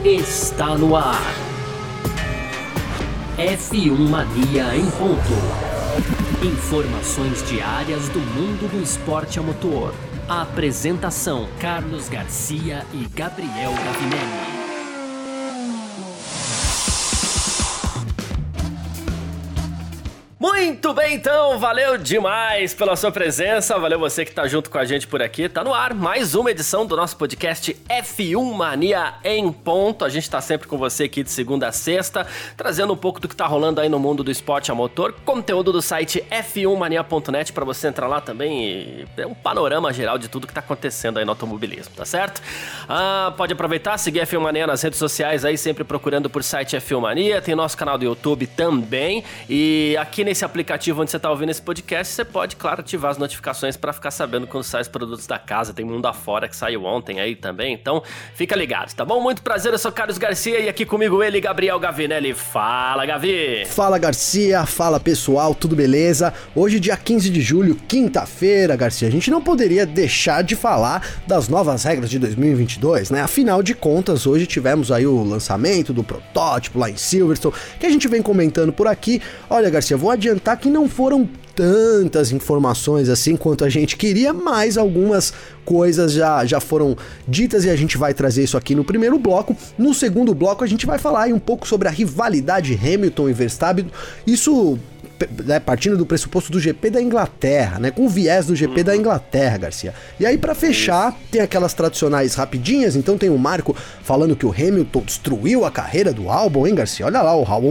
está no ar. F1 Mania em ponto. Informações diárias do mundo do esporte a motor. A apresentação: Carlos Garcia e Gabriel Gavinelli. Muito bem, então, valeu demais pela sua presença, valeu você que tá junto com a gente por aqui. Tá no ar mais uma edição do nosso podcast F1 Mania em ponto. A gente tá sempre com você aqui de segunda a sexta, trazendo um pouco do que tá rolando aí no mundo do esporte a motor, conteúdo do site f1mania.net pra você entrar lá também e ter um panorama geral de tudo que tá acontecendo aí no automobilismo, tá certo? Pode aproveitar, seguir a F1 Mania nas redes sociais aí, sempre procurando por site F1 Mania, tem nosso canal do YouTube também, e aqui nesse aplicativo onde você está ouvindo esse podcast, você pode, claro, ativar as notificações para ficar sabendo quando saem os produtos da casa. Tem Mundo Afora que saiu ontem aí também, então fica ligado, tá bom? Muito prazer, eu sou Carlos Garcia e aqui comigo ele, Gabriel Gavinelli. Fala, Gavi! Fala, Garcia, fala pessoal, tudo beleza? Hoje, dia 15 de julho, quinta-feira, Garcia, a gente não poderia deixar de falar das novas regras de 2022, né? Afinal de contas, hoje tivemos aí o lançamento do protótipo lá em Silverstone, que a gente vem comentando por aqui. Olha, Garcia, vou adiantar que não foram tantas informações assim quanto a gente queria, mas algumas coisas já foram ditas e a gente vai trazer isso aqui no primeiro bloco. No segundo bloco a gente vai falar aí um pouco sobre a rivalidade Hamilton e Verstappen, isso partindo do pressuposto do GP da Inglaterra, né, com o viés do GP da Inglaterra, Garcia. E aí, pra fechar, tem aquelas tradicionais rapidinhas. Então tem o Marco falando que o Hamilton destruiu a carreira do Albon, hein, Garcia? Olha lá o Albon.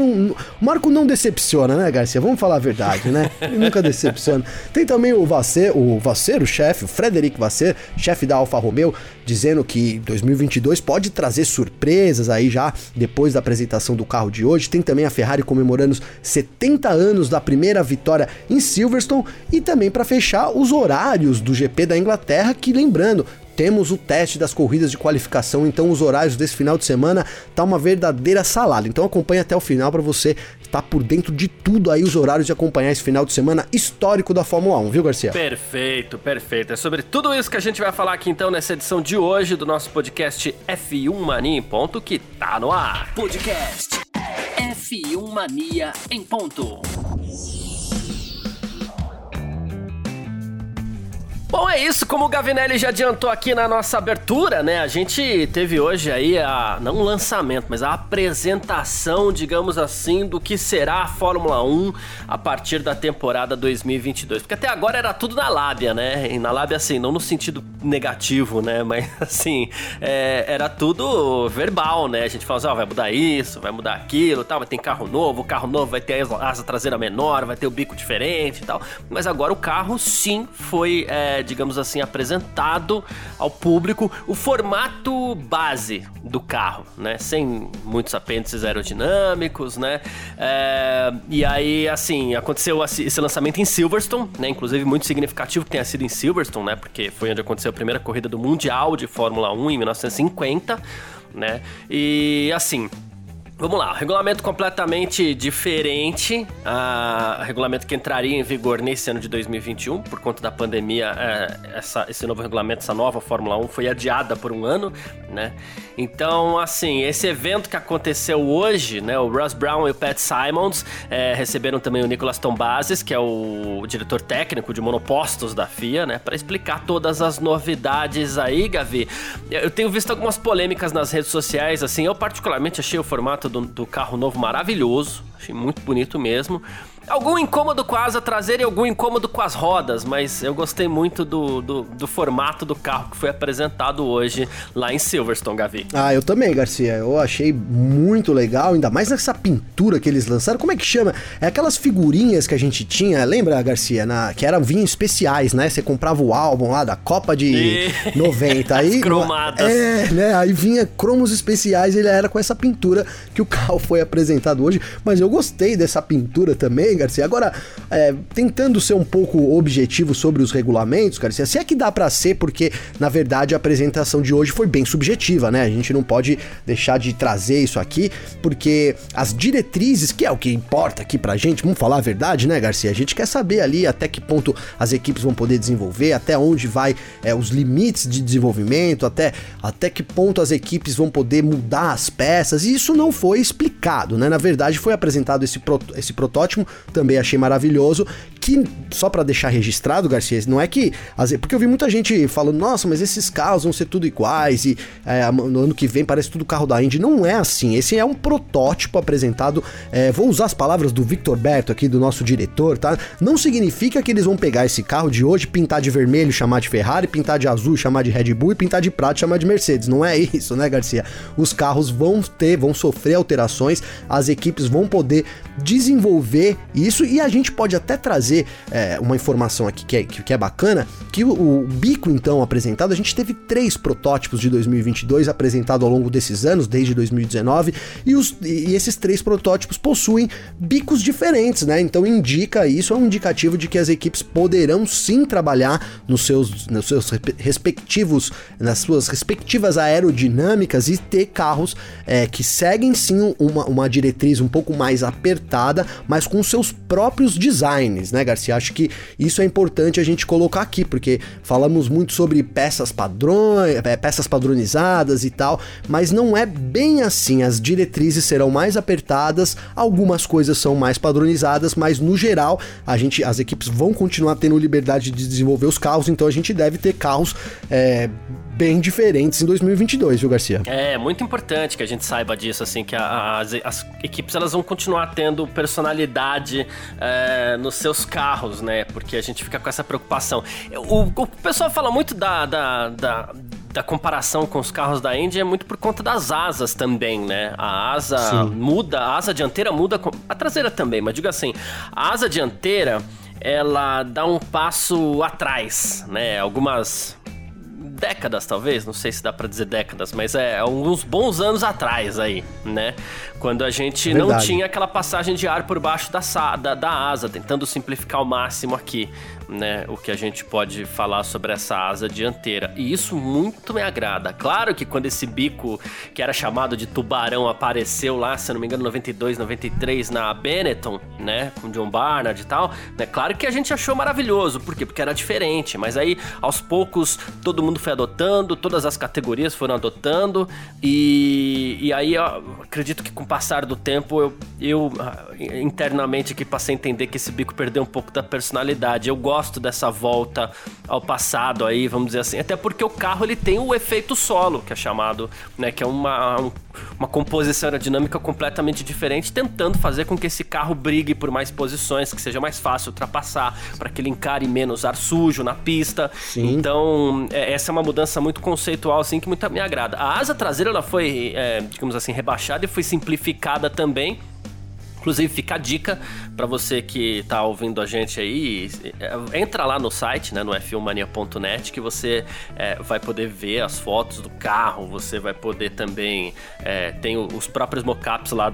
O Marco não decepciona, né, Garcia? Vamos falar a verdade, né? Ele nunca decepciona. Tem também o chefe, o Frederic Vasseur, chefe da Alfa Romeo, dizendo que 2022 pode trazer surpresas aí já depois da apresentação do carro de hoje. Tem também a Ferrari comemorando os 70 anos da primeira vitória em Silverstone e também, para fechar, os horários do GP da Inglaterra, que, lembrando, temos o teste das corridas de qualificação, então os horários desse final de semana tá uma verdadeira salada. Então acompanha até o final para você estar por dentro de tudo aí, os horários de acompanhar esse final de semana histórico da Fórmula 1, viu, Garcia? Perfeito, perfeito. É sobre tudo isso que a gente vai falar aqui então nessa edição de hoje do nosso podcast F1 Mania em ponto, que tá no ar. Podcast F1 Mania em ponto. Bom, é isso, como o Gavinelli já adiantou aqui na nossa abertura, né, a gente teve hoje aí não um lançamento, mas a apresentação, digamos assim, do que será a Fórmula 1 a partir da temporada 2022, porque até agora era tudo na lábia, né, e na lábia assim, não no sentido negativo, né, mas assim, era tudo verbal, né, a gente fala assim, vai mudar isso, vai mudar aquilo, tal, vai ter carro novo vai ter a asa traseira menor, vai ter o bico diferente e tal, mas agora o carro sim foi, digamos assim, apresentado ao público, o formato base do carro, né, sem muitos apêndices aerodinâmicos, né, e aí, assim, aconteceu esse lançamento em Silverstone, né, inclusive muito significativo que tenha sido em Silverstone, né, porque foi onde aconteceu a primeira corrida do Mundial de Fórmula 1 em 1950, né, e assim, vamos lá, regulamento completamente diferente, regulamento que entraria em vigor nesse ano de 2021, por conta da pandemia, esse novo regulamento, essa nova Fórmula 1 foi adiada por um ano, né? Então, assim, esse evento que aconteceu hoje, né, o Ross Brown e o Pat Symonds receberam também o Nicolas Tombazis, que é o diretor técnico de monopostos da FIA, né, para explicar todas as novidades aí, Gavi. Eu tenho visto algumas polêmicas nas redes sociais, assim, eu particularmente achei o formato do carro novo maravilhoso, achei muito bonito mesmo. Algum incômodo com a asa traseira e algum incômodo com as rodas, mas eu gostei muito do formato do carro que foi apresentado hoje lá em Silverstone, Gavi. Eu também, Garcia, eu achei muito legal, ainda mais nessa pintura que eles lançaram. Como é que chama? É aquelas figurinhas que a gente tinha, lembra, Garcia? Que eram vinhos especiais, né? Você comprava o álbum lá da Copa de 90. Aí, cromadas. Né? Aí vinha cromos especiais e ele era com essa pintura que o carro foi apresentado hoje, mas eu gostei dessa pintura também, bem, Garcia. Agora, tentando ser um pouco objetivo sobre os regulamentos, Garcia, se é que dá pra ser, porque, na verdade, a apresentação de hoje foi bem subjetiva, né? A gente não pode deixar de trazer isso aqui, porque as diretrizes, que é o que importa aqui pra gente, vamos falar a verdade, né, Garcia? A gente quer saber ali até que ponto as equipes vão poder desenvolver, até onde vai os limites de desenvolvimento, até que ponto as equipes vão poder mudar as peças, e isso não foi explicado, né? Na verdade, foi apresentado esse protótipo, também achei maravilhoso, que, só pra deixar registrado, Garcia, não é que... Porque eu vi muita gente falando, nossa, mas esses carros vão ser tudo iguais, e no ano que vem parece tudo carro da Indy. Não é assim, esse é um protótipo apresentado, vou usar as palavras do Victor Berto aqui, do nosso diretor, tá? Não significa que eles vão pegar esse carro de hoje, pintar de vermelho, chamar de Ferrari, pintar de azul, chamar de Red Bull, e pintar de prata, chamar de Mercedes. Não é isso, né, Garcia? Os carros vão sofrer alterações, as equipes vão poder desenvolver isso, e a gente pode até trazer uma informação aqui que é bacana, que o bico, então, apresentado, a gente teve 3 protótipos de 2022 apresentados ao longo desses anos, desde 2019, e esses 3 protótipos possuem bicos diferentes, né? Então indica isso, é um indicativo de que as equipes poderão sim trabalhar nas suas respectivas aerodinâmicas e ter carros que seguem sim uma diretriz um pouco mais apertada, mas com seus próprios designs, né, Garcia? Acho que isso é importante a gente colocar aqui, porque falamos muito sobre peças padronizadas e tal, mas não é bem assim. As diretrizes serão mais apertadas, algumas coisas são mais padronizadas, mas no geral as equipes vão continuar tendo liberdade de desenvolver os carros, então a gente deve ter carros bem diferentes em 2022, viu, Garcia? É muito importante que a gente saiba disso, assim, que as equipes elas vão continuar tendo personalidade nos seus carros, né? Porque a gente fica com essa preocupação. O pessoal fala muito da comparação com os carros da Indy, é muito por conta das asas também, né? A asa muda, a asa dianteira muda, a traseira também, mas digo assim, a asa dianteira, ela dá um passo atrás, né? Algumas décadas, talvez, não sei se dá pra dizer décadas, mas alguns bons anos atrás aí, né? Quando a gente não tinha aquela passagem de ar por baixo da asa, tentando simplificar ao máximo aqui, né? O que a gente pode falar sobre essa asa dianteira. E isso muito me agrada. Claro que quando esse bico, que era chamado de tubarão, apareceu lá, se eu não me engano, 92, 93, na Benetton, né? Com John Barnard e tal, né? Claro que a gente achou maravilhoso. Por quê? Porque era diferente. Mas aí, aos poucos, todo mundo foi adotando, todas as categorias foram adotando, e aí eu acredito que com o passar do tempo eu internamente aqui passei a entender que esse bico perdeu um pouco da personalidade. Eu gosto dessa volta ao passado aí, vamos dizer assim, até porque o carro ele tem o efeito solo, que é chamado, né, que é uma composição aerodinâmica completamente diferente, tentando fazer com que esse carro brigue por mais posições, que seja mais fácil ultrapassar, para que ele encare menos ar sujo na pista. Sim. Então, essa é uma mudança muito conceitual, assim, que muito me agrada. A asa traseira, ela foi, digamos assim, rebaixada e foi simplificada também. Inclusive, fica a dica para você que tá ouvindo a gente aí, entra lá no site, né, no f1mania.net, que você vai poder ver as fotos do carro, você vai poder também, tem os próprios mockups lá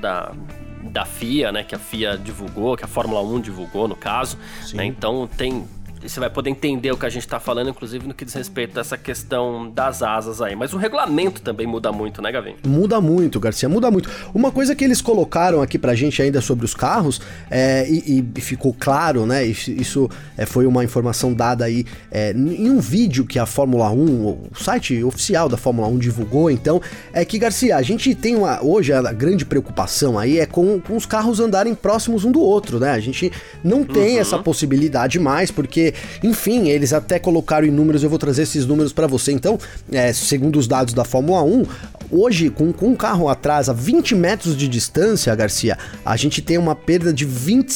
da FIA, né, que a FIA divulgou, que a Fórmula 1 divulgou, no caso, né, então você vai poder entender o que a gente tá falando, inclusive no que diz respeito a essa questão das asas aí. Mas o regulamento também muda muito, né, Gavin? Muda muito, Garcia, muda muito. Uma coisa que eles colocaram aqui pra gente ainda sobre os carros, e ficou claro, né, isso foi uma informação dada aí em um vídeo que a Fórmula 1, o site oficial da Fórmula 1 divulgou, então, é que, Garcia, a gente tem hoje a grande preocupação aí é com os carros andarem próximos um do outro, né? A gente não tem essa possibilidade mais, porque enfim, eles até colocaram em números, eu vou trazer esses números para você. Então, segundo os dados da Fórmula 1, hoje, com um carro atrás a 20 metros de distância, Garcia, a gente tem uma perda de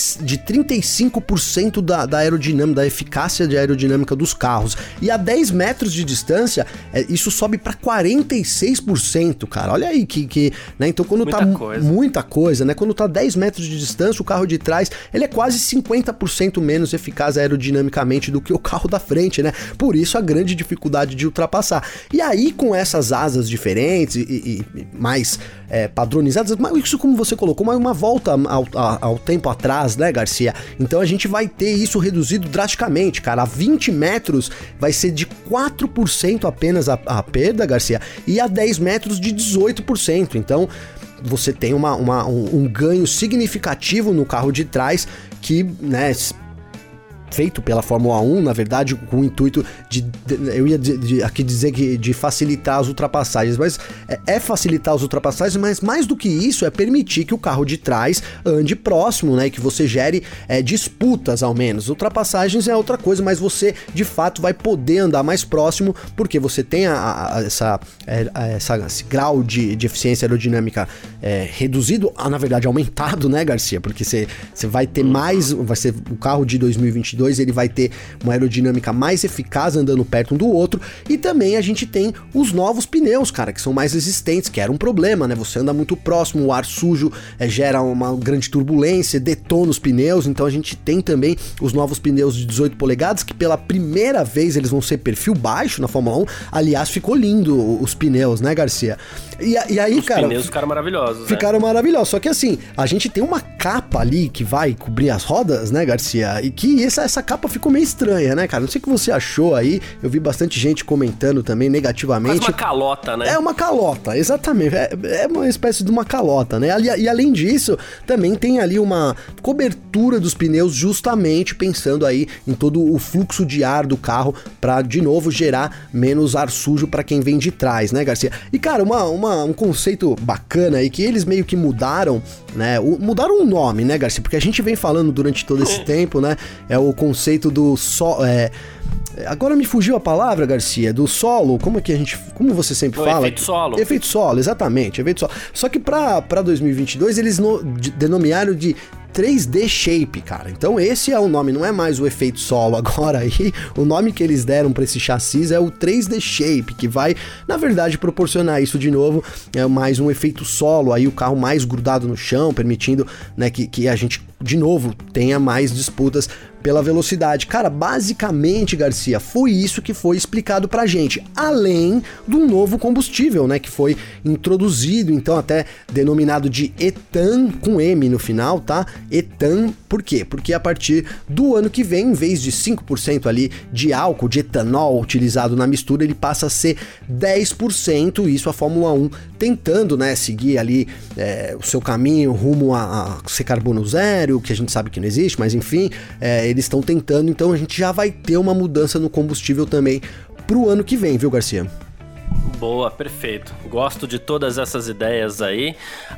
35% da aerodinâmica, da eficácia de aerodinâmica dos carros. E a 10 metros de distância, isso sobe para 46%, cara. Olha aí né? Então, quando muita coisa, né? Quando tá 10 metros de distância, o carro de trás, ele é quase 50% menos eficaz aerodinamicamente. aerodinamicamente do que o carro da frente, né? Por isso a grande dificuldade de ultrapassar. E aí, com essas asas diferentes e mais padronizadas, mas isso como você colocou, mas uma volta ao tempo atrás, né, Garcia? Então a gente vai ter isso reduzido drasticamente, cara. A 20 metros vai ser de 4% apenas a perda, Garcia, e a 10 metros de 18%. Então você tem um ganho significativo no carro de trás que, né, feito pela Fórmula 1, na verdade, com o intuito eu ia aqui dizer que de facilitar as ultrapassagens, mas facilitar as ultrapassagens, mas mais do que isso, é permitir que o carro de trás ande próximo, né, que você gere disputas, ao menos. Ultrapassagens é outra coisa, mas você, de fato, vai poder andar mais próximo, porque você tem esse grau de eficiência aerodinâmica reduzido, na verdade, aumentado, né, Garcia? Porque você vai ter mais, vai ser o carro de 2022, ele vai ter uma aerodinâmica mais eficaz andando perto um do outro, e também a gente tem os novos pneus, cara, que são mais resistentes, que era um problema, né? Você anda muito próximo, o ar sujo gera uma grande turbulência, detona os pneus, então a gente tem também os novos pneus de 18 polegadas, que pela primeira vez eles vão ser perfil baixo na Fórmula 1, aliás, ficou lindo os pneus, né, Garcia? E aí, os cara... Os pneus ficaram maravilhosos, Ficaram maravilhosos, só que assim, a gente tem uma capa ali que vai cobrir as rodas, né, Garcia? E que essa capa ficou meio estranha, né, cara? Não sei o que você achou aí, eu vi bastante gente comentando também negativamente. Quase uma calota, né? É uma calota, exatamente, é uma espécie de uma calota, né? E além disso, também tem ali uma cobertura dos pneus justamente pensando aí em todo o fluxo de ar do carro para de novo gerar menos ar sujo para quem vem de trás, né, Garcia? E cara, um conceito bacana aí que eles meio que mudaram, né? Mudaram o nome, né, Garcia? Porque a gente vem falando durante todo esse tempo, né? É o conceito do agora me fugiu a palavra, Garcia, do solo, como você sempre fala? Efeito solo. Efeito solo, exatamente, efeito solo. Só que para 2022 eles denominaram de 3D Shape, cara. Então esse é o nome, não é mais o efeito solo agora aí. O nome que eles deram para esse chassi é o 3D Shape, que vai, na verdade, proporcionar isso de novo, mais um efeito solo, aí o carro mais grudado no chão, permitindo, né, que a gente, de novo, tenha mais disputas pela velocidade. Cara, basicamente, Garcia, foi isso que foi explicado pra gente, além do novo combustível, né, que foi introduzido, então até denominado de etan, com M no final, tá? Etan, por quê? Porque a partir do ano que vem, em vez de 5% ali de álcool, de etanol utilizado na mistura, ele passa a ser 10%, isso a Fórmula 1 tentando, né, seguir ali o seu caminho rumo a ser carbono zero, que a gente sabe que não existe, mas enfim, eles estão tentando, então a gente já vai ter uma mudança no combustível também pro ano que vem, viu, Garcia? Boa, perfeito. Gosto de todas essas ideias aí.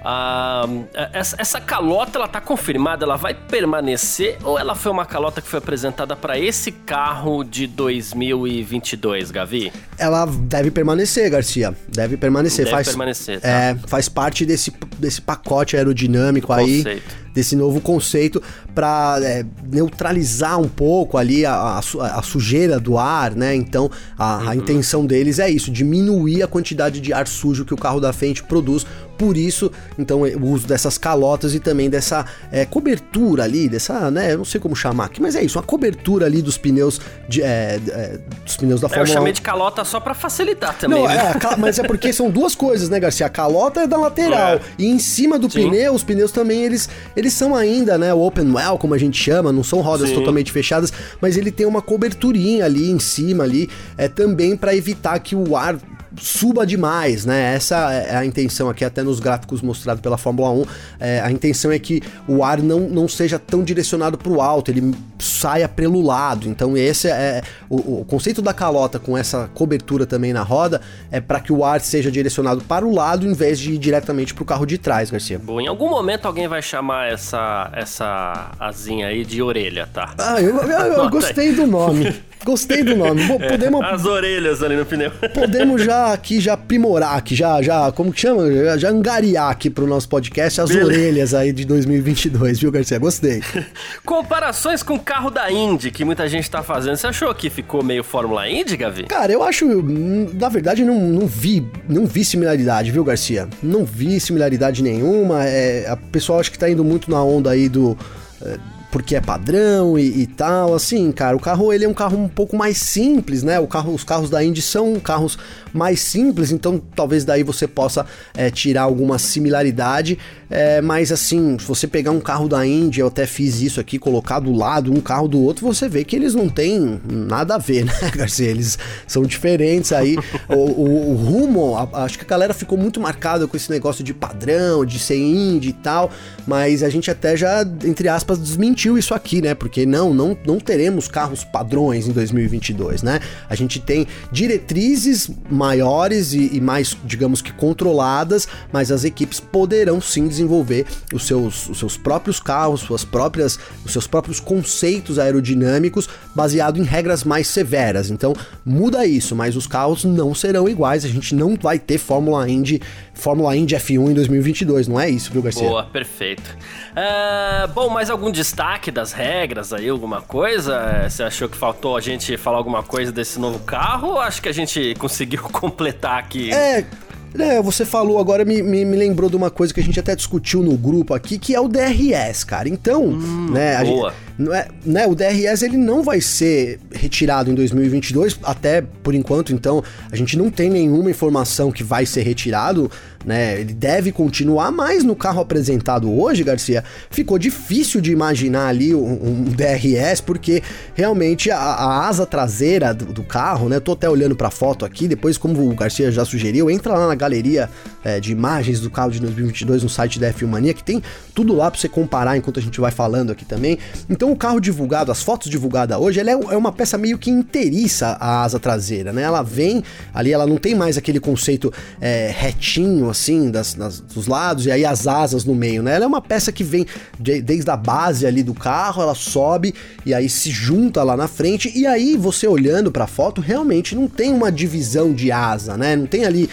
Essa calota, ela tá confirmada? Ela vai permanecer ou ela foi uma calota que foi apresentada para esse carro de 2022, Gavi? Ela deve permanecer, Garcia. Deve permanecer. Permanecer, tá? Faz parte desse pacote aerodinâmico aí, desse novo conceito para neutralizar um pouco ali a sujeira do ar, né? Então a intenção deles é isso, diminuir a quantidade de ar sujo que o carro da frente produz. Por isso, então, o uso dessas calotas e também dessa cobertura ali, dessa, né, eu não sei como chamar aqui, mas é isso, uma cobertura ali dos pneus dos pneus da Fórmula 1. Eu chamei de calota só pra facilitar também. Não, né? Mas é porque são duas coisas, né, Garcia? A calota é da lateral e em cima do pneu, os pneus também, eles são ainda, né, o open well, como a gente chama, não são rodas totalmente fechadas, mas ele tem uma coberturinha ali em cima ali, também para evitar que o ar suba demais, né? Essa é a intenção aqui, até nos gráficos mostrados pela Fórmula 1, a intenção é que o ar não seja tão direcionado para o alto, ele saia pelo lado. Então esse é o conceito da calota com essa cobertura também na roda, é para que o ar seja direcionado para o lado em vez de ir diretamente para o carro de trás, Garcia. Bom, em algum momento alguém vai chamar essa asinha aí de orelha, tá? Eu gostei do nome. Gostei do nome. Podemos... As orelhas ali no pneu. Podemos já aprimorar aqui, como que chama? Já angariar aqui pro nosso podcast as orelhas aí de 2022, viu, Garcia? Gostei. Comparações com o carro da Indy, que muita gente tá fazendo. Você achou que ficou meio Fórmula Indy, Gavi? Cara, eu acho, na verdade, não vi similaridade, viu, Garcia? Não vi similaridade nenhuma. A pessoal acho que tá indo muito na onda aí do... porque é padrão e tal, assim, cara, o carro ele é um carro um pouco mais simples, né? Os carros da Indy são carros mais simples, então talvez daí você possa tirar alguma similaridade, mas assim, se você pegar um carro da Indy, eu até fiz isso aqui, colocar do lado um carro do outro, você vê que eles não têm nada a ver, né, Garcia? Eles são diferentes aí, o rumo, acho que a galera ficou muito marcada com esse negócio de padrão, de ser Indy e tal, mas a gente até já, entre aspas, desmentiu isso aqui, né? Porque não teremos carros padrões em 2022, né? A gente tem diretrizes maiores e mais, digamos que controladas, mas as equipes poderão sim desenvolver os seus próprios carros, os seus próprios conceitos aerodinâmicos baseado em regras mais severas. Então muda isso, mas os carros não serão iguais, a gente não vai ter Fórmula Indy F1 em 2022, não é isso, viu, Garcia? Boa, perfeito. Bom, mais algum destaque das regras aí, alguma coisa? Você achou que faltou a gente falar alguma coisa desse novo carro ou acho que a gente conseguiu completar aqui? Você falou agora, me lembrou de uma coisa que a gente até discutiu no grupo aqui, que é o DRS, cara. Então, boa. O DRS ele não vai ser retirado em 2022, até por enquanto, então, a gente não tem nenhuma informação que vai ser retirado, né? Ele deve continuar, mas no carro apresentado hoje, Garcia, ficou difícil de imaginar ali um DRS, porque realmente a asa traseira do carro, né? Eu tô até olhando pra foto aqui, depois, como o Garcia já sugeriu, entra lá na galeria de imagens do carro de 2022 no site da F1 Mania, que tem tudo lá pra você comparar enquanto a gente vai falando aqui também. Então o carro divulgado, as fotos divulgadas hoje, ela é uma peça meio que inteiriça a asa traseira, né? Ela vem ali, ela não tem mais aquele conceito retinho, assim, dos lados, e aí as asas no meio, né? Ela é uma peça que vem desde a base ali do carro, ela sobe e aí se junta lá na frente, e aí você olhando pra foto, realmente não tem uma divisão de asa, né? Não tem ali...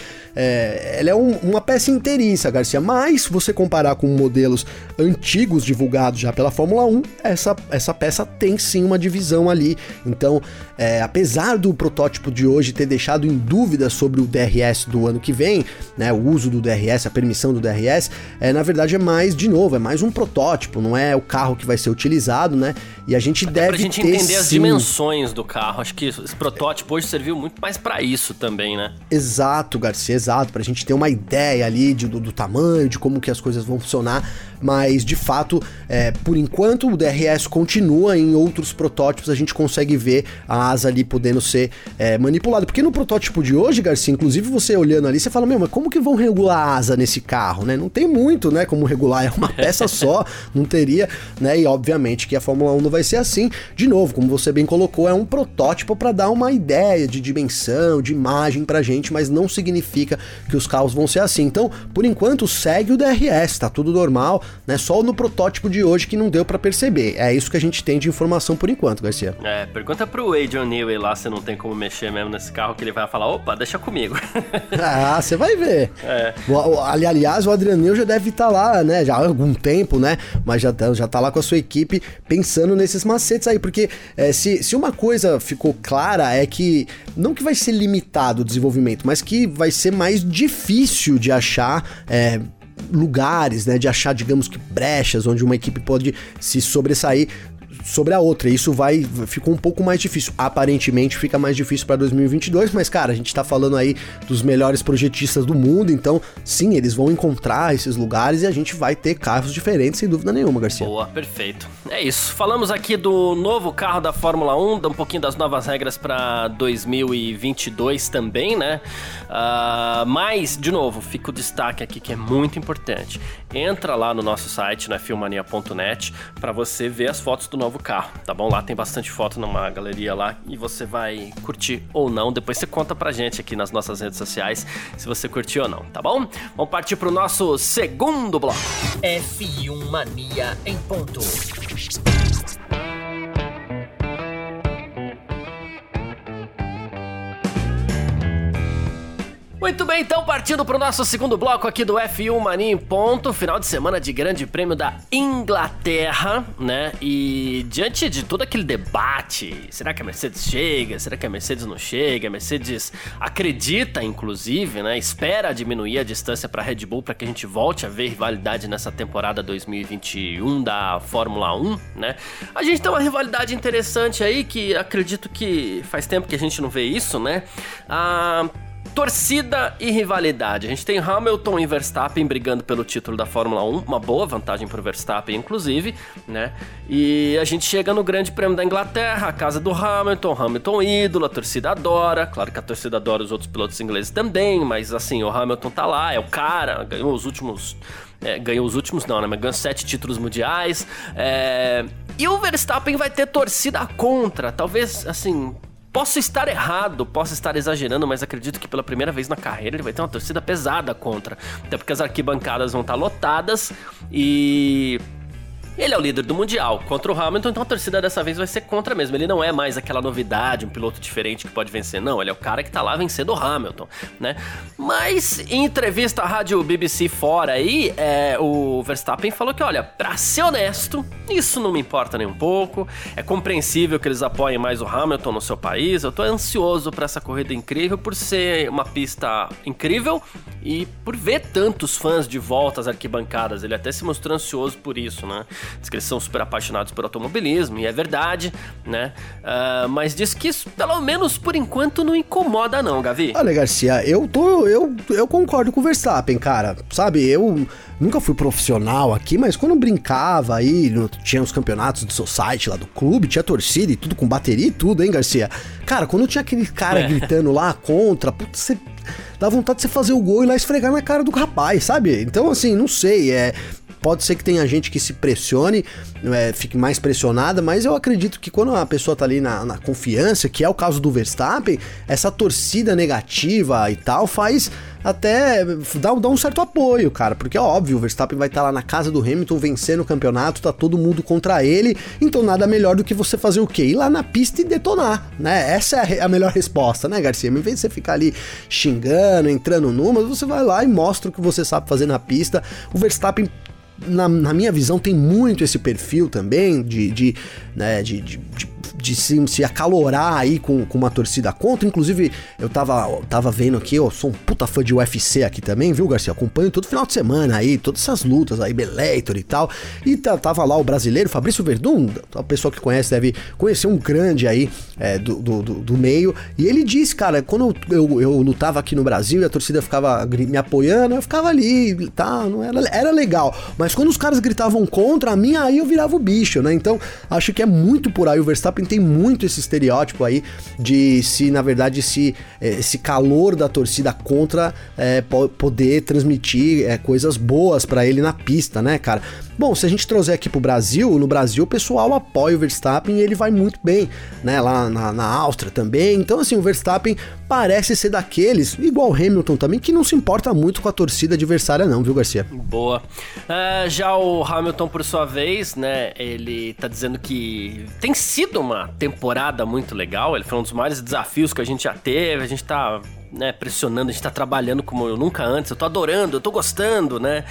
ela é uma peça inteiriça, Garcia, mas se você comparar com modelos antigos divulgados já pela Fórmula 1, essa peça tem sim uma divisão ali. Então, apesar do protótipo de hoje ter deixado em dúvida sobre o DRS do ano que vem, né, o uso do DRS, a permissão do DRS, na verdade é mais um protótipo, não é o carro que vai ser utilizado, né? E a gente até deve pra gente entender as dimensões do carro. Acho que esse protótipo hoje serviu muito mais pra isso também, né? Exato, Garcia, exato, pra gente ter uma ideia ali do tamanho, de como que as coisas vão funcionar, mas de fato, por enquanto o DRS continua, em outros protótipos a gente consegue ver a asa ali podendo ser manipulada, porque no protótipo de hoje, Garcia, inclusive você olhando ali, você fala, mas como que vão regular a asa nesse carro, né? Não tem muito, né, como regular, é uma peça só, não teria, né, e obviamente que a Fórmula 1 não vai ser assim. De novo, como você bem colocou, é um protótipo para dar uma ideia de dimensão, de imagem pra gente, mas não significa que os carros vão ser assim. Então, por enquanto, segue o DRS, tá tudo normal, né? Só no protótipo de hoje que não deu pra perceber. É isso que a gente tem de informação por enquanto, Garcia. Pergunta pro Adrian Newey lá se não tem como mexer mesmo nesse carro, que ele vai falar, opa, deixa comigo. Você vai ver. Aliás, o Adrian Newey já deve estar lá, né? Já há algum tempo, né? Mas já tá lá com a sua equipe pensando nesses macetes aí, porque se uma coisa ficou clara é que, não que vai ser limitado o desenvolvimento, mas que vai ser mais difícil de achar lugares, né, de achar, digamos que brechas onde uma equipe pode se sobressair sobre a outra. Isso ficou um pouco mais difícil. Aparentemente fica mais difícil para 2022, mas cara, a gente tá falando aí dos melhores projetistas do mundo, então sim, eles vão encontrar esses lugares e a gente vai ter carros diferentes, sem dúvida nenhuma, Garcia. Boa, perfeito. É isso. Falamos aqui do novo carro da Fórmula 1, um pouquinho das novas regras para 2022 também, né? Mas, de novo, fica o destaque aqui que é muito importante. Entra lá no nosso site, na filmania.net, para você ver as fotos do novo carro, tá bom? Lá tem bastante foto numa galeria lá e você vai curtir ou não. Depois você conta pra gente aqui nas nossas redes sociais se você curtiu ou não, tá bom? Vamos partir pro nosso segundo bloco. F1 Mania em ponto. Muito bem, então partindo para o nosso segundo bloco aqui do F1 Mania em Ponto, final de semana de Grande Prêmio da Inglaterra, né? E diante de todo aquele debate, será que a Mercedes chega? Será que a Mercedes não chega? A Mercedes acredita, inclusive, né? Espera diminuir a distância para a Red Bull para que a gente volte a ver rivalidade nessa temporada 2021 da Fórmula 1, né? A gente tem uma rivalidade interessante aí que acredito que faz tempo que a gente não vê isso, né? Torcida e rivalidade. A gente tem Hamilton e Verstappen brigando pelo título da Fórmula 1, uma boa vantagem pro Verstappen, inclusive, né? E a gente chega no Grande Prêmio da Inglaterra, a casa do Hamilton ídolo, a torcida adora, claro que a torcida adora os outros pilotos ingleses também, mas assim, o Hamilton tá lá, é o cara, ganhou os últimos não, né? Mas ganhou 7 títulos mundiais. E o Verstappen vai ter torcida contra, talvez, assim... Posso estar errado, posso estar exagerando, mas acredito que pela primeira vez na carreira ele vai ter uma torcida pesada contra. Até porque as arquibancadas vão estar lotadas e... Ele é o líder do Mundial contra o Hamilton, então a torcida dessa vez vai ser contra mesmo. Ele não é mais aquela novidade, um piloto diferente que pode vencer. Não, ele é o cara que tá lá vencendo o Hamilton, né? Mas em entrevista à rádio BBC fora aí, o Verstappen falou que, olha, pra ser honesto, isso não me importa nem um pouco. É compreensível que eles apoiem mais o Hamilton no seu país. Eu tô ansioso pra essa corrida incrível, por ser uma pista incrível e por ver tantos fãs de volta às arquibancadas. Ele até se mostrou ansioso por isso, né? Diz que eles são super apaixonados por automobilismo, e é verdade, né? Mas diz que isso, pelo menos por enquanto, não incomoda não, Gavi. Olha, Garcia, eu concordo com o Verstappen, cara. Sabe, eu nunca fui profissional aqui, mas quando eu brincava aí, tinha os campeonatos do society lá do clube, tinha torcida e tudo, com bateria e tudo, hein, Garcia? Cara, quando tinha aquele cara gritando lá contra, putz, você... dá vontade de você fazer o gol e ir lá esfregar na cara do rapaz, sabe? Então, assim, não sei, pode ser que tenha gente que se pressione, fique mais pressionada, mas eu acredito que quando a pessoa tá ali na confiança, que é o caso do Verstappen, essa torcida negativa e tal faz até dá um certo apoio, cara, porque é óbvio, o Verstappen vai estar lá na casa do Hamilton vencendo o campeonato, tá todo mundo contra ele, então nada melhor do que você fazer o quê? Ir lá na pista e detonar, né? Essa é a melhor resposta, né, Garcia? Em vez de você ficar ali xingando, entrando numas, você vai lá e mostra o que você sabe fazer na pista. O Verstappen, na minha visão, tem muito esse perfil também de se acalorar aí com uma torcida contra. Inclusive, eu tava vendo aqui, eu sou um puta fã de UFC aqui também, viu, Garcia? Acompanho todo final de semana aí, todas essas lutas aí, Bellator e tal. E tava lá o brasileiro, Fabrício Verdun, a pessoa que conhece deve conhecer, um grande aí do meio. E ele disse, cara, quando eu lutava aqui no Brasil e a torcida ficava me apoiando, eu ficava ali, tá? Não era legal. Mas quando os caras gritavam contra mim, aí eu virava o bicho, né? Então, acho que é muito por aí. O Verstappen tem muito esse estereótipo aí de na verdade, esse calor da torcida contra poder transmitir coisas boas pra ele na pista, né, cara? Bom, se a gente trouxer aqui pro Brasil, no Brasil o pessoal apoia o Verstappen e ele vai muito bem, né, lá na Áustria também. Então, assim, o Verstappen parece ser daqueles, igual o Hamilton também, que não se importa muito com a torcida adversária não, viu, Garcia? Boa. Já o Hamilton, por sua vez, né, ele tá dizendo que tem sido uma temporada muito legal. Ele foi um dos maiores desafios que a gente já teve. A gente tá, né, pressionando, a gente tá trabalhando como eu nunca antes. Eu tô adorando, eu tô gostando, né?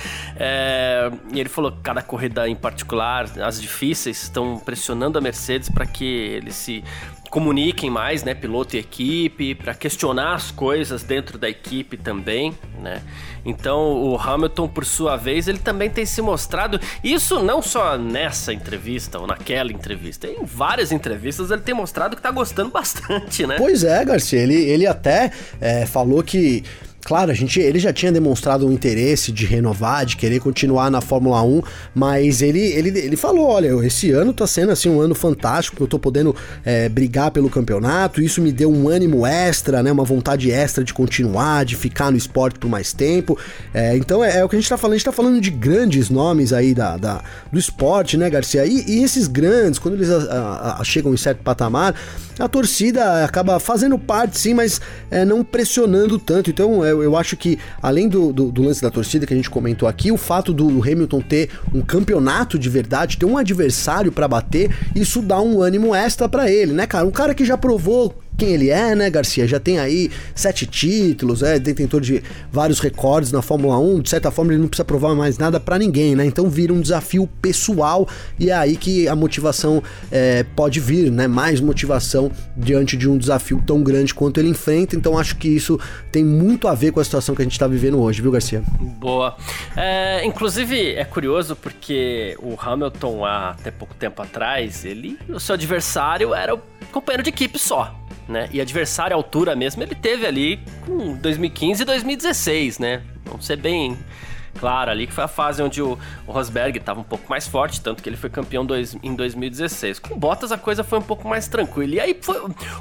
E ele falou que cada corrida em particular, as difíceis, estão pressionando a Mercedes para que eles se comuniquem mais, né, piloto e equipe, para questionar as coisas dentro da equipe também, né? Então o Hamilton, por sua vez, ele também tem se mostrado, isso não só nessa entrevista ou naquela entrevista, em várias entrevistas ele tem mostrado que tá gostando bastante, né? Pois é, Garcia, ele até falou que... Claro, ele já tinha demonstrado um interesse de renovar, de querer continuar na Fórmula 1, mas ele falou, olha, esse ano tá sendo assim um ano fantástico, porque eu tô podendo brigar pelo campeonato, isso me deu um ânimo extra, né, uma vontade extra de continuar, de ficar no esporte por mais tempo. Então é o que a gente tá falando de grandes nomes aí do esporte, né, Garcia? E esses grandes, quando eles chegam em certo patamar, a torcida acaba fazendo parte, sim, mas não pressionando tanto. Então eu acho que, além do lance da torcida que a gente comentou aqui, o fato do Hamilton ter um campeonato de verdade, ter um adversário pra bater, isso dá um ânimo extra pra ele, né, cara? Um cara que já provou quem ele é, né, Garcia? Já tem aí 7 títulos, detentor de vários recordes na Fórmula 1, de certa forma ele não precisa provar mais nada pra ninguém, né? Então vira um desafio pessoal e é aí que a motivação pode vir, né? Mais motivação diante de um desafio tão grande quanto ele enfrenta, então acho que isso tem muito a ver com a situação que a gente tá vivendo hoje, viu, Garcia? Boa. Inclusive, é curioso porque o Hamilton, há até pouco tempo atrás, o seu adversário era o companheiro de equipe só, né? E adversário à altura mesmo, ele teve ali com 2015 e 2016, né? Vamos ser bem claro ali que foi a fase onde o Rosberg estava um pouco mais forte, tanto que ele foi campeão em 2016. Com Bottas a coisa foi um pouco mais tranquila. E aí foi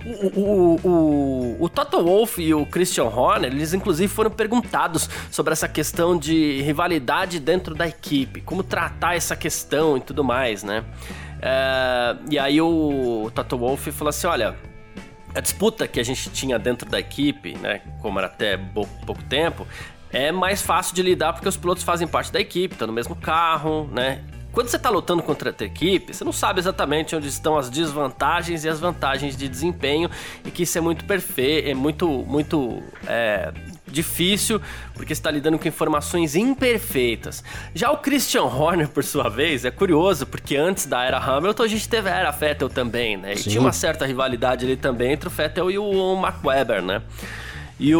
o Toto Wolff e o Christian Horner, eles inclusive foram perguntados sobre essa questão de rivalidade dentro da equipe, como tratar essa questão e tudo mais, né? E aí o Toto Wolff falou assim, olha, a disputa que a gente tinha dentro da equipe, né, como era até pouco tempo, é mais fácil de lidar porque os pilotos fazem parte da equipe, estão no mesmo carro, né? Quando você está lutando contra outra equipe, você não sabe exatamente onde estão as desvantagens e as vantagens de desempenho, e que isso é muito difícil, porque você está lidando com informações imperfeitas. Já o Christian Horner, por sua vez, é curioso, porque antes da era Hamilton, a gente teve a era Vettel também, né? E tinha uma certa rivalidade ali também entre o Vettel e o Mark Webber, né? E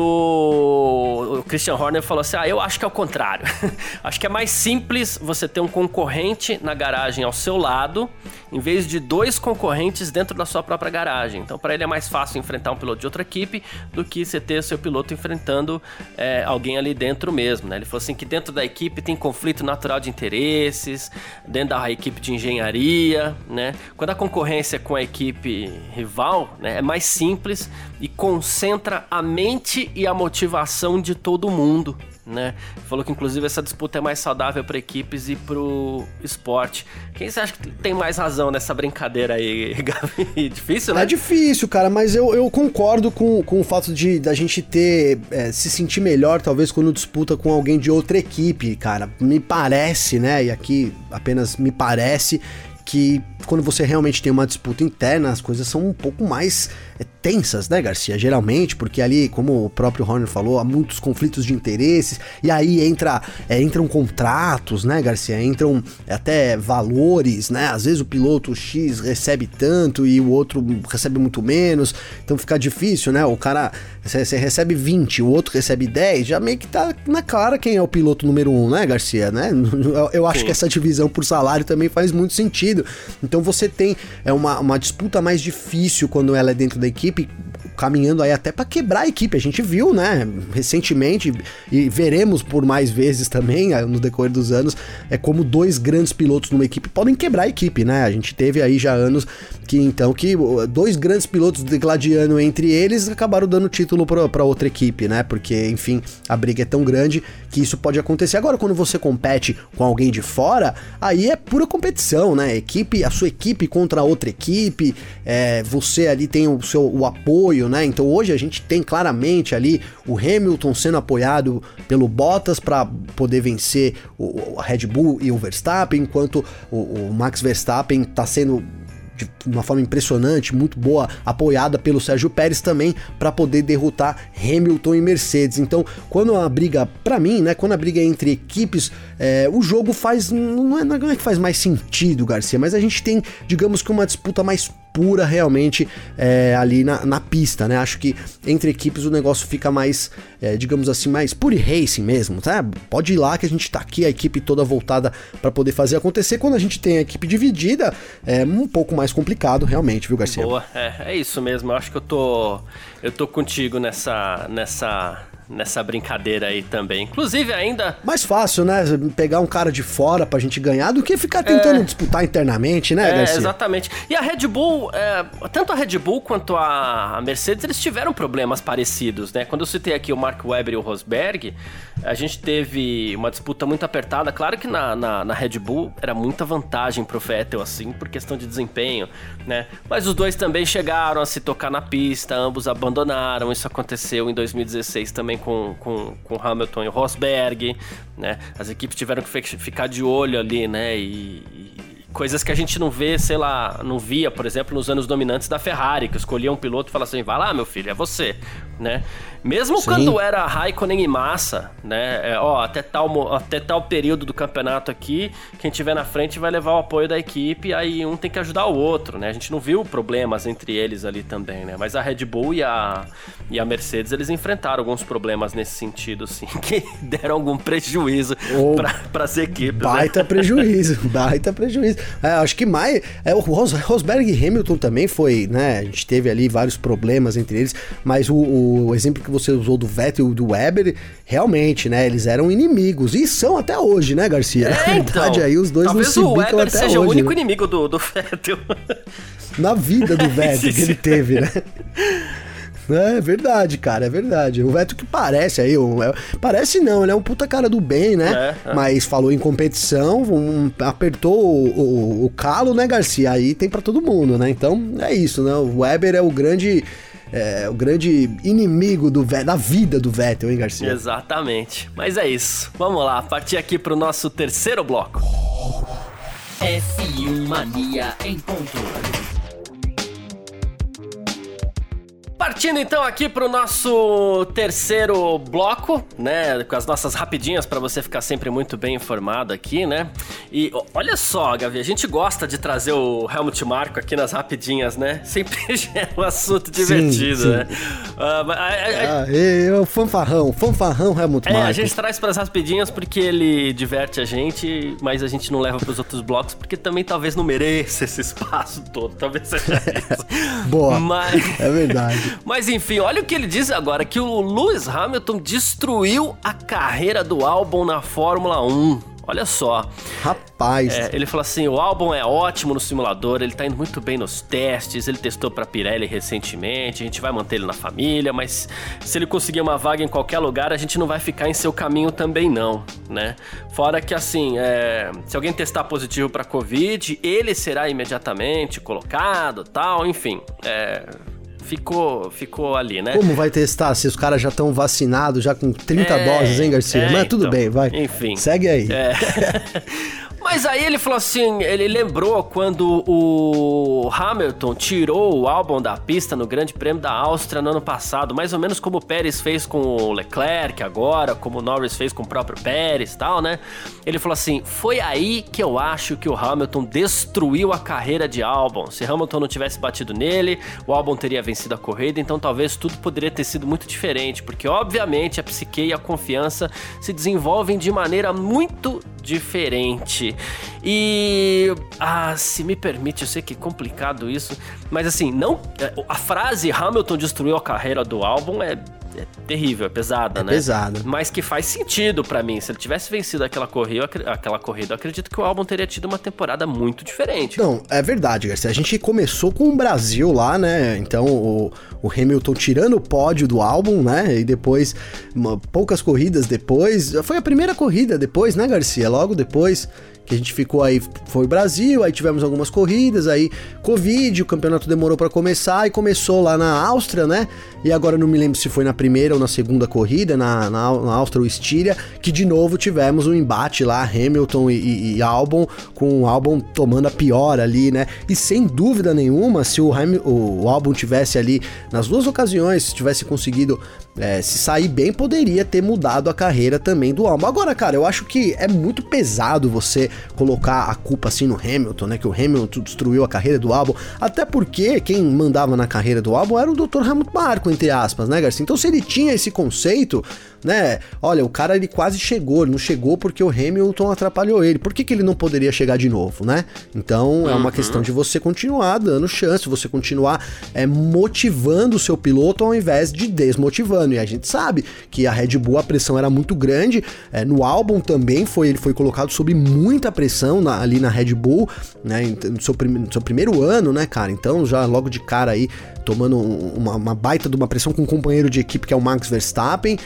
o Christian Horner falou assim, eu acho que é o contrário. Acho que é mais simples você ter um concorrente na garagem ao seu lado, em vez de 2 concorrentes dentro da sua própria garagem. Então, para ele é mais fácil enfrentar um piloto de outra equipe do que você ter seu piloto enfrentando alguém ali dentro mesmo, né? Ele falou assim que dentro da equipe tem conflito natural de interesses, dentro da equipe de engenharia, né? Quando a concorrência é com a equipe rival, né, é mais simples e concentra a mente e a motivação de todo mundo, né? Falou que inclusive essa disputa é mais saudável para equipes e pro esporte. Quem você acha que tem mais razão nessa brincadeira aí, Gabi? Difícil, né? É difícil, cara, mas eu concordo com o fato da gente ter se sentir melhor, talvez, quando disputa com alguém de outra equipe, cara. Me parece, né, e aqui apenas me parece, que quando você realmente tem uma disputa interna, as coisas são um pouco mais tensas, né, Garcia? Geralmente, porque ali, como o próprio Horner falou, há muitos conflitos de interesses, e aí entram contratos, né, Garcia? Entram até valores, né? Às vezes o piloto X recebe tanto e o outro recebe muito menos, então fica difícil, né? O cara, você recebe 20, o outro recebe 10, já meio que tá na cara quem é o piloto número 1, né, Garcia? Né? Eu acho que essa divisão por salário também faz muito sentido. Então você tem uma disputa mais difícil quando ela é dentro da equipe, caminhando aí até para quebrar a equipe. A gente viu, né, recentemente, e veremos por mais vezes também no decorrer dos anos, como 2 grandes pilotos numa equipe podem quebrar a equipe, né? A gente teve aí já anos que 2 grandes pilotos degladiando entre eles acabaram dando título para outra equipe, né? Porque, enfim, a briga é tão grande que isso pode acontecer. Agora, quando você compete com alguém de fora, aí é pura competição, né? A sua equipe contra a outra equipe, você ali tem o apoio, né? Então hoje a gente tem claramente ali o Hamilton sendo apoiado pelo Bottas para poder vencer a Red Bull e o Verstappen, enquanto o Max Verstappen está sendo de uma forma impressionante, muito boa, apoiada pelo Sérgio Pérez também, para poder derrotar Hamilton e Mercedes. Então, quando a briga, para mim, né, quando a briga é entre equipes, o jogo não é que faz mais sentido, Garcia, mas a gente tem, digamos que uma disputa mais pura realmente ali na pista, né? Acho que entre equipes o negócio fica mais, digamos assim, mais pure racing mesmo, tá? Pode ir lá que a gente tá aqui, a equipe toda voltada para poder fazer acontecer. Quando a gente tem a equipe dividida, é um pouco mais complicado realmente, viu, Garcia? Boa, é isso mesmo. Eu acho que eu tô contigo nessa brincadeira aí também. Inclusive ainda... Mais fácil, né? Pegar um cara de fora pra gente ganhar do que ficar tentando disputar internamente, né, Garcia? Exatamente. E a Red Bull, tanto a Red Bull quanto a Mercedes, eles tiveram problemas parecidos, né? Quando eu citei aqui o Mark Webber e o Rosberg, a gente teve uma disputa muito apertada. Claro que na Red Bull era muita vantagem pro Vettel, assim, por questão de desempenho, né? Mas os dois também chegaram a se tocar na pista, ambos abandonaram. Isso aconteceu em 2016 também com Hamilton e Rosberg, né? As equipes tiveram que ficar de olho ali, né? E Coisas que a gente não vê, sei lá, não via, por exemplo, nos anos dominantes da Ferrari, que escolhia um piloto e falava assim, vai lá, meu filho, é você, né? Mesmo Sim. quando era Raikkonen e Massa, né? Até tal período do campeonato aqui, quem tiver na frente vai levar o apoio da equipe, aí um tem que ajudar o outro, né? A gente não viu problemas entre eles ali também, né? Mas a Red Bull e a Mercedes, eles enfrentaram alguns problemas nesse sentido, assim, que deram algum prejuízo para as equipes. Baita, né? baita prejuízo. Acho que mais... o Rosberg e Hamilton também foi, né? A gente teve ali vários problemas entre eles, mas o exemplo que você usou do Vettel e do Weber, realmente, né? Eles eram inimigos, e são até hoje, né, Garcia? Na verdade, aí os dois não se bicam até hoje. Talvez o Weber seja o único inimigo do Vettel. Na vida do Vettel que ele teve, né? É verdade, cara, é verdade. O Vettel que parece aí, parece não, ele é um puta cara do bem, né? Mas falou em competição, apertou o calo, né, Garcia? Aí tem pra todo mundo, né? Então é isso, né? O Weber é o grande inimigo da vida do Vettel, hein, Garcia? Exatamente. Mas é isso. Vamos lá, partir aqui pro nosso terceiro bloco. F1 Mania em ponto. Partindo então aqui pro nosso terceiro bloco, né, com as nossas rapidinhas pra você ficar sempre muito bem informado aqui, né? E olha só, Gavi, a gente gosta de trazer o Helmut Marko aqui nas rapidinhas, né? Sempre é um assunto divertido, sim. Né? O fanfarrão Helmut Marko. A gente traz pras rapidinhas porque ele diverte a gente, mas a gente não leva pros outros blocos porque também talvez não mereça esse espaço todo, talvez seja isso. Boa, é verdade. Mas enfim, olha o que ele diz agora, que o Lewis Hamilton destruiu a carreira do Albon na Fórmula 1. Olha só. Rapaz. Ele falou assim, o Albon é ótimo no simulador, ele tá indo muito bem nos testes, ele testou pra Pirelli recentemente, a gente vai manter ele na família, mas se ele conseguir uma vaga em qualquer lugar, a gente não vai ficar em seu caminho também não, né? Fora que assim, se alguém testar positivo pra Covid, ele será imediatamente colocado, tal, enfim, Ficou ali, né? Como vai testar se os caras já estão vacinados, já com 30 doses, hein, Garcia? Mas tudo bem, vai. Enfim. Segue aí. Mas aí ele falou assim, ele lembrou quando o Hamilton tirou o Albon da pista no Grande Prêmio da Áustria no ano passado, mais ou menos como o Pérez fez com o Leclerc agora, como o Norris fez com o próprio Pérez e tal, né? Ele falou assim, foi aí que eu acho que o Hamilton destruiu a carreira de Albon. Se Hamilton não tivesse batido nele, o Albon teria vencido a corrida, então talvez tudo poderia ter sido muito diferente, porque obviamente a psique e a confiança se desenvolvem de maneira muito diferente. E se me permite, eu sei que é complicado isso, mas assim, não, a frase Hamilton destruiu a carreira do Albon é terrível, é pesada, né? Pesada. Mas que faz sentido pra mim. Se ele tivesse vencido aquela corrida, eu acredito que o Albon teria tido uma temporada muito diferente. Não, é verdade, Garcia. A gente começou com o Brasil lá, né? Então, o Hamilton tirando o pódio do Albon, né? E depois, poucas corridas depois, foi a primeira corrida depois, né, Garcia? Logo depois que a gente ficou aí, foi o Brasil, aí tivemos algumas corridas, aí Covid, o campeonato demorou pra começar e começou lá na Áustria, né? E agora não me lembro se foi na primeira ou na segunda corrida, na Áustria ou Estíria, que de novo tivemos um embate lá, Hamilton e Albon, com o Albon tomando a pior ali, né? E sem dúvida nenhuma, se o Albon tivesse ali, nas duas ocasiões, se tivesse conseguido se sair bem, poderia ter mudado a carreira também do Albon. Agora, cara, eu acho que é muito pesado você colocar a culpa assim no Hamilton, né? Que o Hamilton destruiu a carreira do Albon, até porque quem mandava na carreira do Albon era o Dr. Helmut Marko, entre aspas, né, Garcia? Então, se ele tinha esse conceito, né? Olha, o cara, ele quase chegou, ele não chegou porque o Hamilton atrapalhou ele. Por que ele não poderia chegar de novo, né? Então, é uma questão de você continuar dando chance, você continuar motivando o seu piloto ao invés de desmotivando. E a gente sabe que a Red Bull, a pressão era muito grande, no Albon também ele foi colocado sob muita pressão ali na Red Bull, né, no seu primeiro ano, né, cara? Então, já logo de cara aí, tomando uma baita de uma pressão com um companheiro de equipe que é o Max Verstappen, muito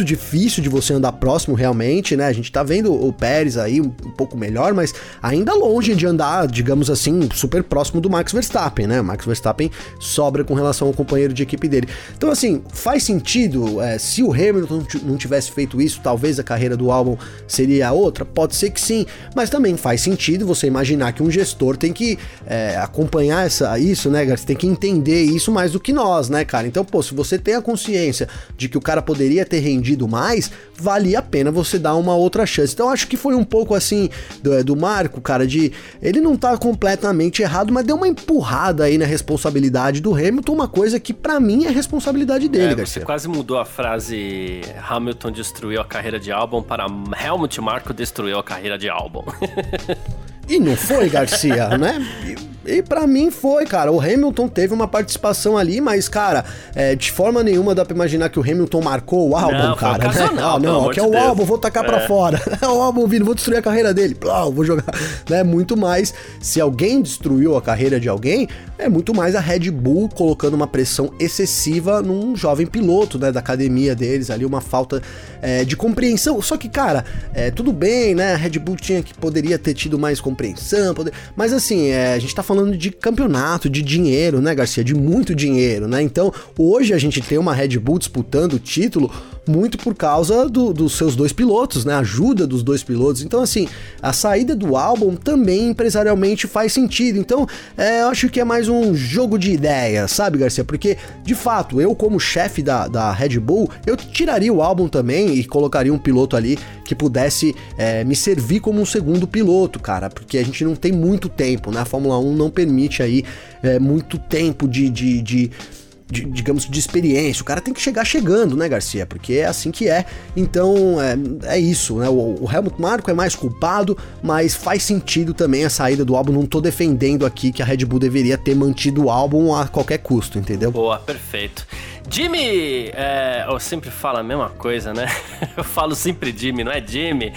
muito difícil de você andar próximo realmente, né? A gente tá vendo o Pérez aí um pouco melhor, mas ainda longe de andar, digamos assim, super próximo do Max Verstappen, né? O Max Verstappen sobra com relação ao companheiro de equipe dele. Então, assim, faz sentido, se o Hamilton não tivesse feito isso, talvez a carreira do Albon seria outra? Pode ser que sim, mas também faz sentido você imaginar que um gestor tem que acompanhar isso, né, Garcia? Tem que entender isso mais do que nós, né, cara? Então, pô, se você tem a consciência de que o cara poderia ter rendido mais, valia a pena você dar uma outra chance. Então, acho que foi um pouco assim do Marco, cara, ele não tá completamente errado, mas deu uma empurrada aí na responsabilidade do Hamilton, uma coisa que pra mim é responsabilidade dele, Garcia. Você quase mudou a frase Hamilton destruiu a carreira de Albon para Helmut Marko destruiu a carreira de Albon. E não foi, Garcia, né? E pra mim foi, cara. O Hamilton teve uma participação ali, mas, cara, de forma nenhuma dá pra imaginar que o Hamilton marcou o Albon, não, cara. Não, que é o Albon, vou tacar pra fora. É o Albon vindo, vou destruir a carreira dele. Vou jogar. Né? Muito mais, se alguém destruiu a carreira de alguém, é muito mais a Red Bull colocando uma pressão excessiva num jovem piloto, né, da academia deles ali, uma falta de compreensão. Só que, cara, tudo bem, né? A Red Bull poderia ter tido mais compreensão, mas assim, a gente tá falando de campeonato, de dinheiro, né, Garcia? De muito dinheiro, né? Então, hoje a gente tem uma Red Bull disputando o título muito por causa dos seus dois pilotos, né? A ajuda dos dois pilotos. Então, assim, a saída do Albon também empresarialmente faz sentido. Então, eu acho que é mais um jogo de ideias, sabe, Garcia? Porque, de fato, eu como chefe da Red Bull, eu tiraria o Albon também e colocaria um piloto ali que pudesse me servir como um segundo piloto, cara, porque a gente não tem muito tempo, né? A Fórmula 1 não permite aí muito tempo digamos, de experiência. O cara tem que chegar chegando, né, Garcia? Porque é assim que é. Então, é isso, né? O Helmut Marko é mais culpado, mas faz sentido também a saída do Albon. Não tô defendendo aqui que a Red Bull deveria ter mantido o Albon a qualquer custo, entendeu? Boa, perfeito. Jimmy, eu sempre falo a mesma coisa, né? Eu falo sempre Jimmy, não é Jimmy?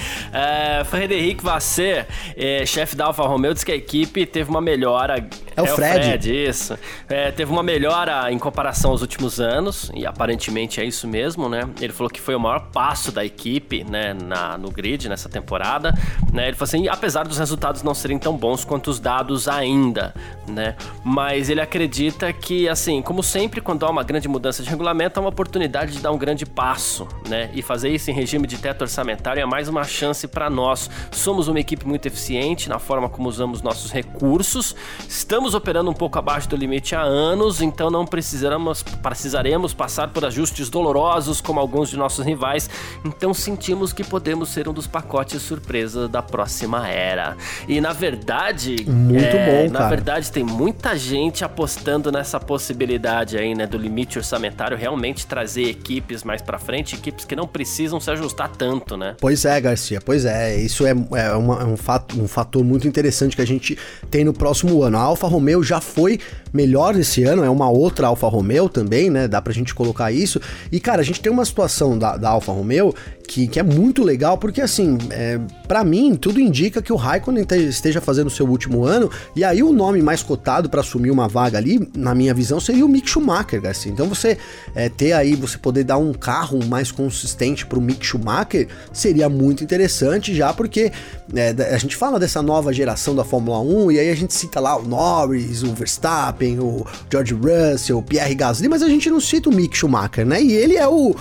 Frederic Vasseur, chefe da Alfa Romeo, disse que a equipe teve uma melhora. É o Fred. Isso. Teve uma melhora em comparação aos últimos anos, e aparentemente é isso mesmo, né? Ele falou que foi o maior passo da equipe, né, no grid nessa temporada, né? Ele falou assim, apesar dos resultados não serem tão bons quanto os dados ainda, né? Mas ele acredita que, assim, como sempre, quando há uma grande mudança de regulamento, é uma oportunidade de dar um grande passo, né? E fazer isso em regime de teto orçamentário é mais uma chance para nós. Somos uma equipe muito eficiente na forma como usamos nossos recursos, estamos operando um pouco abaixo do limite há anos, então não precisaremos passar por ajustes dolorosos como alguns de nossos rivais, então sentimos que podemos ser um dos pacotes surpresa da próxima era. E na verdade, muito bom, cara. Na verdade tem muita gente apostando nessa possibilidade aí, né, do limite orçamentário realmente trazer equipes mais pra frente, equipes que não precisam se ajustar tanto, né? Pois é, Garcia, pois é. Isso é um fator muito interessante que a gente tem no próximo ano. A Alfa Romeo já foi melhor esse ano, é uma outra Alfa Romeo também, né? Dá pra gente colocar isso. E, cara, a gente tem uma situação da Alfa Romeo que é muito legal, porque, assim, pra mim, tudo indica que o Raikkonen esteja fazendo o seu último ano, e aí o nome mais cotado pra assumir uma vaga ali, na minha visão, seria o Mick Schumacher, Garcia. Então você você poder dar um carro mais consistente pro Mick Schumacher seria muito interessante já, porque a gente fala dessa nova geração da Fórmula 1, e aí a gente cita lá o Norris, o Verstappen, o George Russell, o Pierre Gasly, mas a gente não cita o Mick Schumacher, né? E ele é o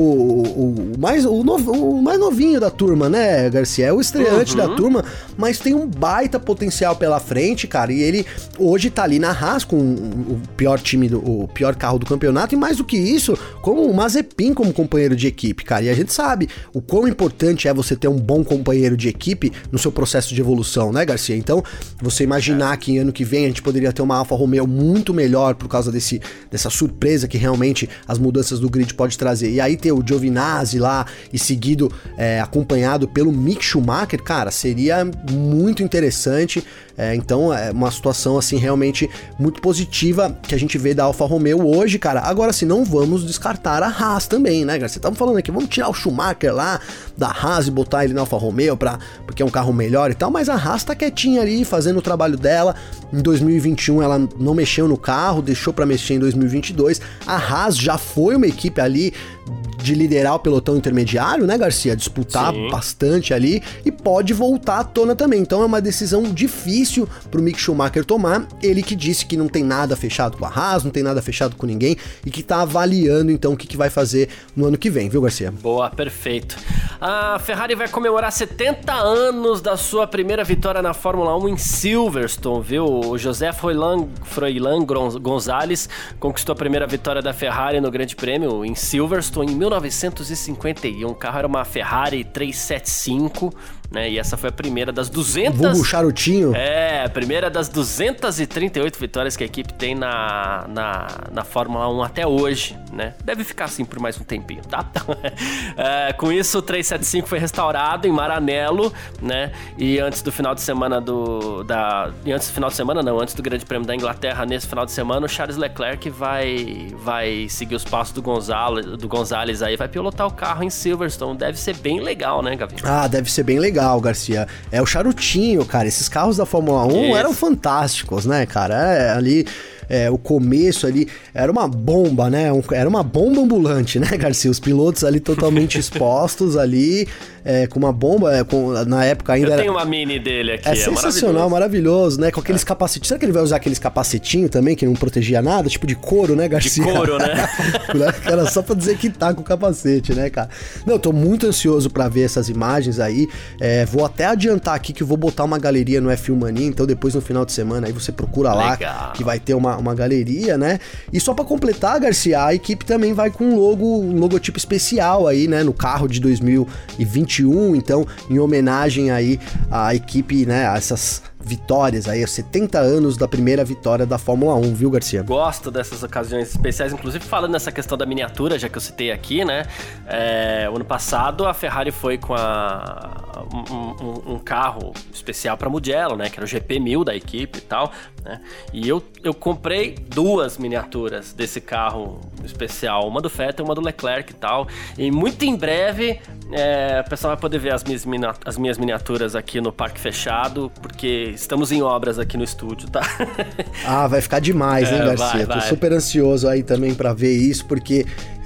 mais novinho da turma, né, Garcia? É o estreante da turma, mas tem um baita potencial pela frente, cara, e ele hoje tá ali na Haas com o pior carro do campeonato, e mais do que isso, como o Mazepin como companheiro de equipe, cara, e a gente sabe o quão importante é você ter um bom companheiro de equipe no seu processo de evolução, né, Garcia? Então, você imaginar que ano que vem a gente poderia ter uma Alfa Romeo muito melhor por causa dessa surpresa que realmente as mudanças do grid pode trazer, e aí ter o Giovinazzi lá e seguido, acompanhado pelo Mick Schumacher, cara, seria muito interessante. Então é uma situação assim realmente muito positiva que a gente vê da Alfa Romeo hoje, cara. Agora, se não vamos descartar a Haas também, né, cara? Você tava falando aqui, vamos tirar o Schumacher lá da Haas e botar ele na Alfa Romeo porque é um carro melhor e tal, mas a Haas tá quietinha ali, fazendo o trabalho dela. Em 2021 ela não mexeu no carro, deixou pra mexer em 2022. A Haas já foi uma equipe ali de liderar o pelotão intermediário, né, Garcia? Disputar bastante ali e pode voltar à tona também. Então é uma decisão difícil pro Mick Schumacher tomar. Ele que disse que não tem nada fechado com a Haas, não tem nada fechado com ninguém e que tá avaliando então o que vai fazer no ano que vem, viu, Garcia? Boa, perfeito. A Ferrari vai comemorar 70 anos da sua primeira vitória na Fórmula 1 em Silverstone, viu? O José Froilán Gonzalez conquistou a primeira vitória da Ferrari no Grande Prêmio em Silverstone em 1951. O carro era uma Ferrari 375, né? E essa foi a primeira das 200... Vulgo charutinho. É, a primeira das 238 vitórias que a equipe tem na Fórmula 1 até hoje, né? Deve ficar assim por mais um tempinho, tá? Com isso, o 375 foi restaurado em Maranello, né? E antes do final de semana antes do Grande Prêmio da Inglaterra, nesse final de semana, o Charles Leclerc vai seguir os passos do Gonzalez aí, vai pilotar o carro em Silverstone. Deve ser bem legal, né, Gavi? Ah, deve ser bem legal, Garcia. É o charutinho, cara. Esses carros da Fórmula 1 eram fantásticos, né, cara? Ali... o começo ali era uma bomba, né? Era uma bomba ambulante, né, Garcia? Os pilotos ali totalmente expostos ali, com uma bomba, na época ainda... Eu tenho uma mini dele aqui, é sensacional, maravilhoso, né? Com aqueles capacetinhos. Será que ele vai usar aqueles capacetinhos também, que não protegia nada? Tipo de couro, né, Garcia? De couro, né? Era só pra dizer que tá com o capacete, né, cara? Não, eu tô muito ansioso pra ver essas imagens aí. Vou até adiantar aqui que eu vou botar uma galeria no F1 Mania, então depois no final de semana aí você procura lá, que vai ter uma galeria, né? E só pra completar, Garcia, a equipe também vai com um logotipo especial aí, né, no carro de 2021, então em homenagem aí à equipe, né, a essas vitórias aí, 70 anos da primeira vitória da Fórmula 1, viu, Garcia? Gosto dessas ocasiões especiais, inclusive falando nessa questão da miniatura, já que eu citei aqui, né? O ano passado a Ferrari foi com um carro especial para Mugello, né? Que era o GP1000 da equipe e tal, né? E eu comprei 2 miniaturas desse carro especial, uma do Vettel e uma do Leclerc e tal. E muito em breve o pessoal vai poder ver as minhas miniaturas aqui no Parque Fechado, porque estamos em obras aqui no estúdio, tá? Ah, vai ficar demais, hein, Garcia? Tô super ansioso aí também pra ver isso, porque,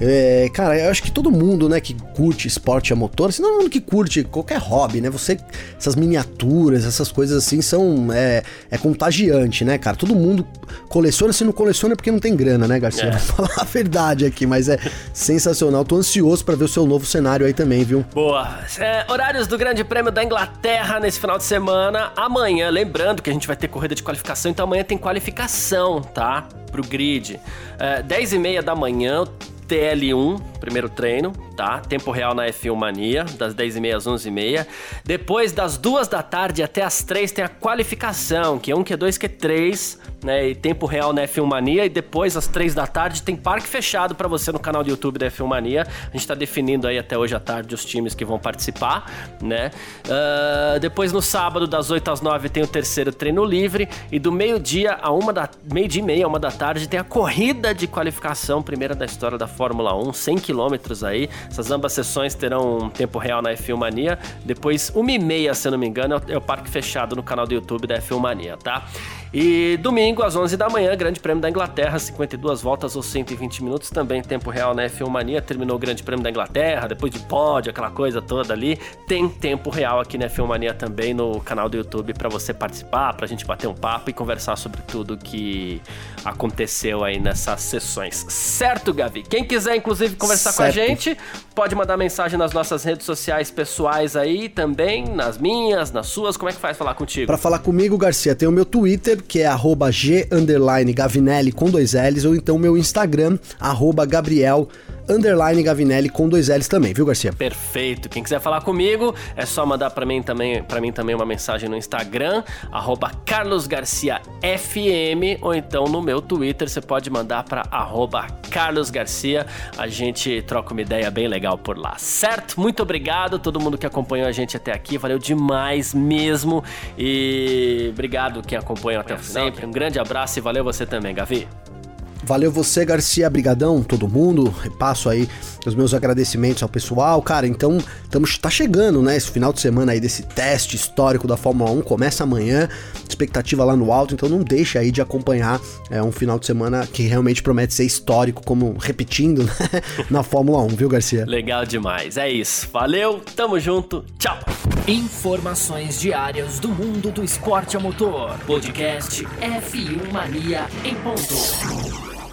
cara, eu acho que todo mundo, né, que curte esporte a motor, assim, todo mundo que curte qualquer hobby, né, essas miniaturas, essas coisas assim, é contagiante, né, cara? Todo mundo coleciona, se não coleciona é porque não tem grana, né, Garcia? Vou falar a verdade aqui, mas é sensacional. Tô ansioso pra ver o seu novo cenário aí também, viu? Boa. Horários do Grande Prêmio da Inglaterra nesse final de semana. Amanhã, lembrando que a gente vai ter corrida de qualificação, então amanhã tem qualificação, tá? Pro grid. 10h30 da manhã, TL1, primeiro treino, tá? Tempo real na F1 Mania, das 10h30 às 11h30. Depois, das 2 da tarde até as 3 tem a qualificação, Q1, Q2, Q3, né? E tempo real na F1 Mania. E depois, às 3 da tarde, tem parque fechado pra você no canal do YouTube da F1 Mania. A gente tá definindo aí até hoje à tarde os times que vão participar, né? Depois, no sábado, das 8 às 9 tem o terceiro treino livre. E do meio-dia meio-dia e meia, 1 da tarde, tem a corrida de qualificação, primeira da história da Fórmula 1, 100 km aí. Essas ambas sessões terão um tempo real na F1 Mania. Depois, 1h30, se eu não me engano, é o parque fechado no canal do YouTube da F1 Mania, tá? E domingo, às 11 da manhã, Grande Prêmio da Inglaterra, 52 voltas ou 120 minutos, também tempo real na F1 Mania. Terminou o Grande Prêmio da Inglaterra, depois de pódio, aquela coisa toda ali. Tem tempo real aqui na F1 Mania também no canal do YouTube pra você participar, pra gente bater um papo e conversar sobre tudo que aconteceu aí nessas sessões. Certo, Gavi? Quem quiser, inclusive, conversar com a gente, pode mandar mensagem nas nossas redes sociais pessoais aí também, nas minhas, nas suas. Como é que faz falar contigo? Pra falar comigo, Garcia, tem o meu Twitter, que é @G_Gavinelli com 2 L's, ou então o meu Instagram, @Gabriel_Gavinelli com 2 L's também, viu, Garcia? Perfeito. Quem quiser falar comigo, é só mandar pra mim também uma mensagem no Instagram, @CarlosGarciaFM, ou então no meu Twitter, você pode mandar pra @CarlosGarcia. A gente troca uma ideia bem legal por lá, certo? Muito obrigado a todo mundo que acompanhou a gente até aqui, valeu demais mesmo, e obrigado quem acompanha até o final. Um grande abraço e valeu você também, Gavi. Valeu você, Garcia, brigadão, todo mundo. Repasso aí os meus agradecimentos ao pessoal. Cara, então tá chegando, né? Esse final de semana aí desse teste histórico da Fórmula 1 começa amanhã. Expectativa lá no alto, então não deixa aí de acompanhar um final de semana que realmente promete ser histórico, como repetindo, né? Na Fórmula 1, viu, Garcia? Legal demais, é isso. Valeu, tamo junto, tchau. Informações diárias do mundo do esporte a motor. Podcast F1 Mania em ponto.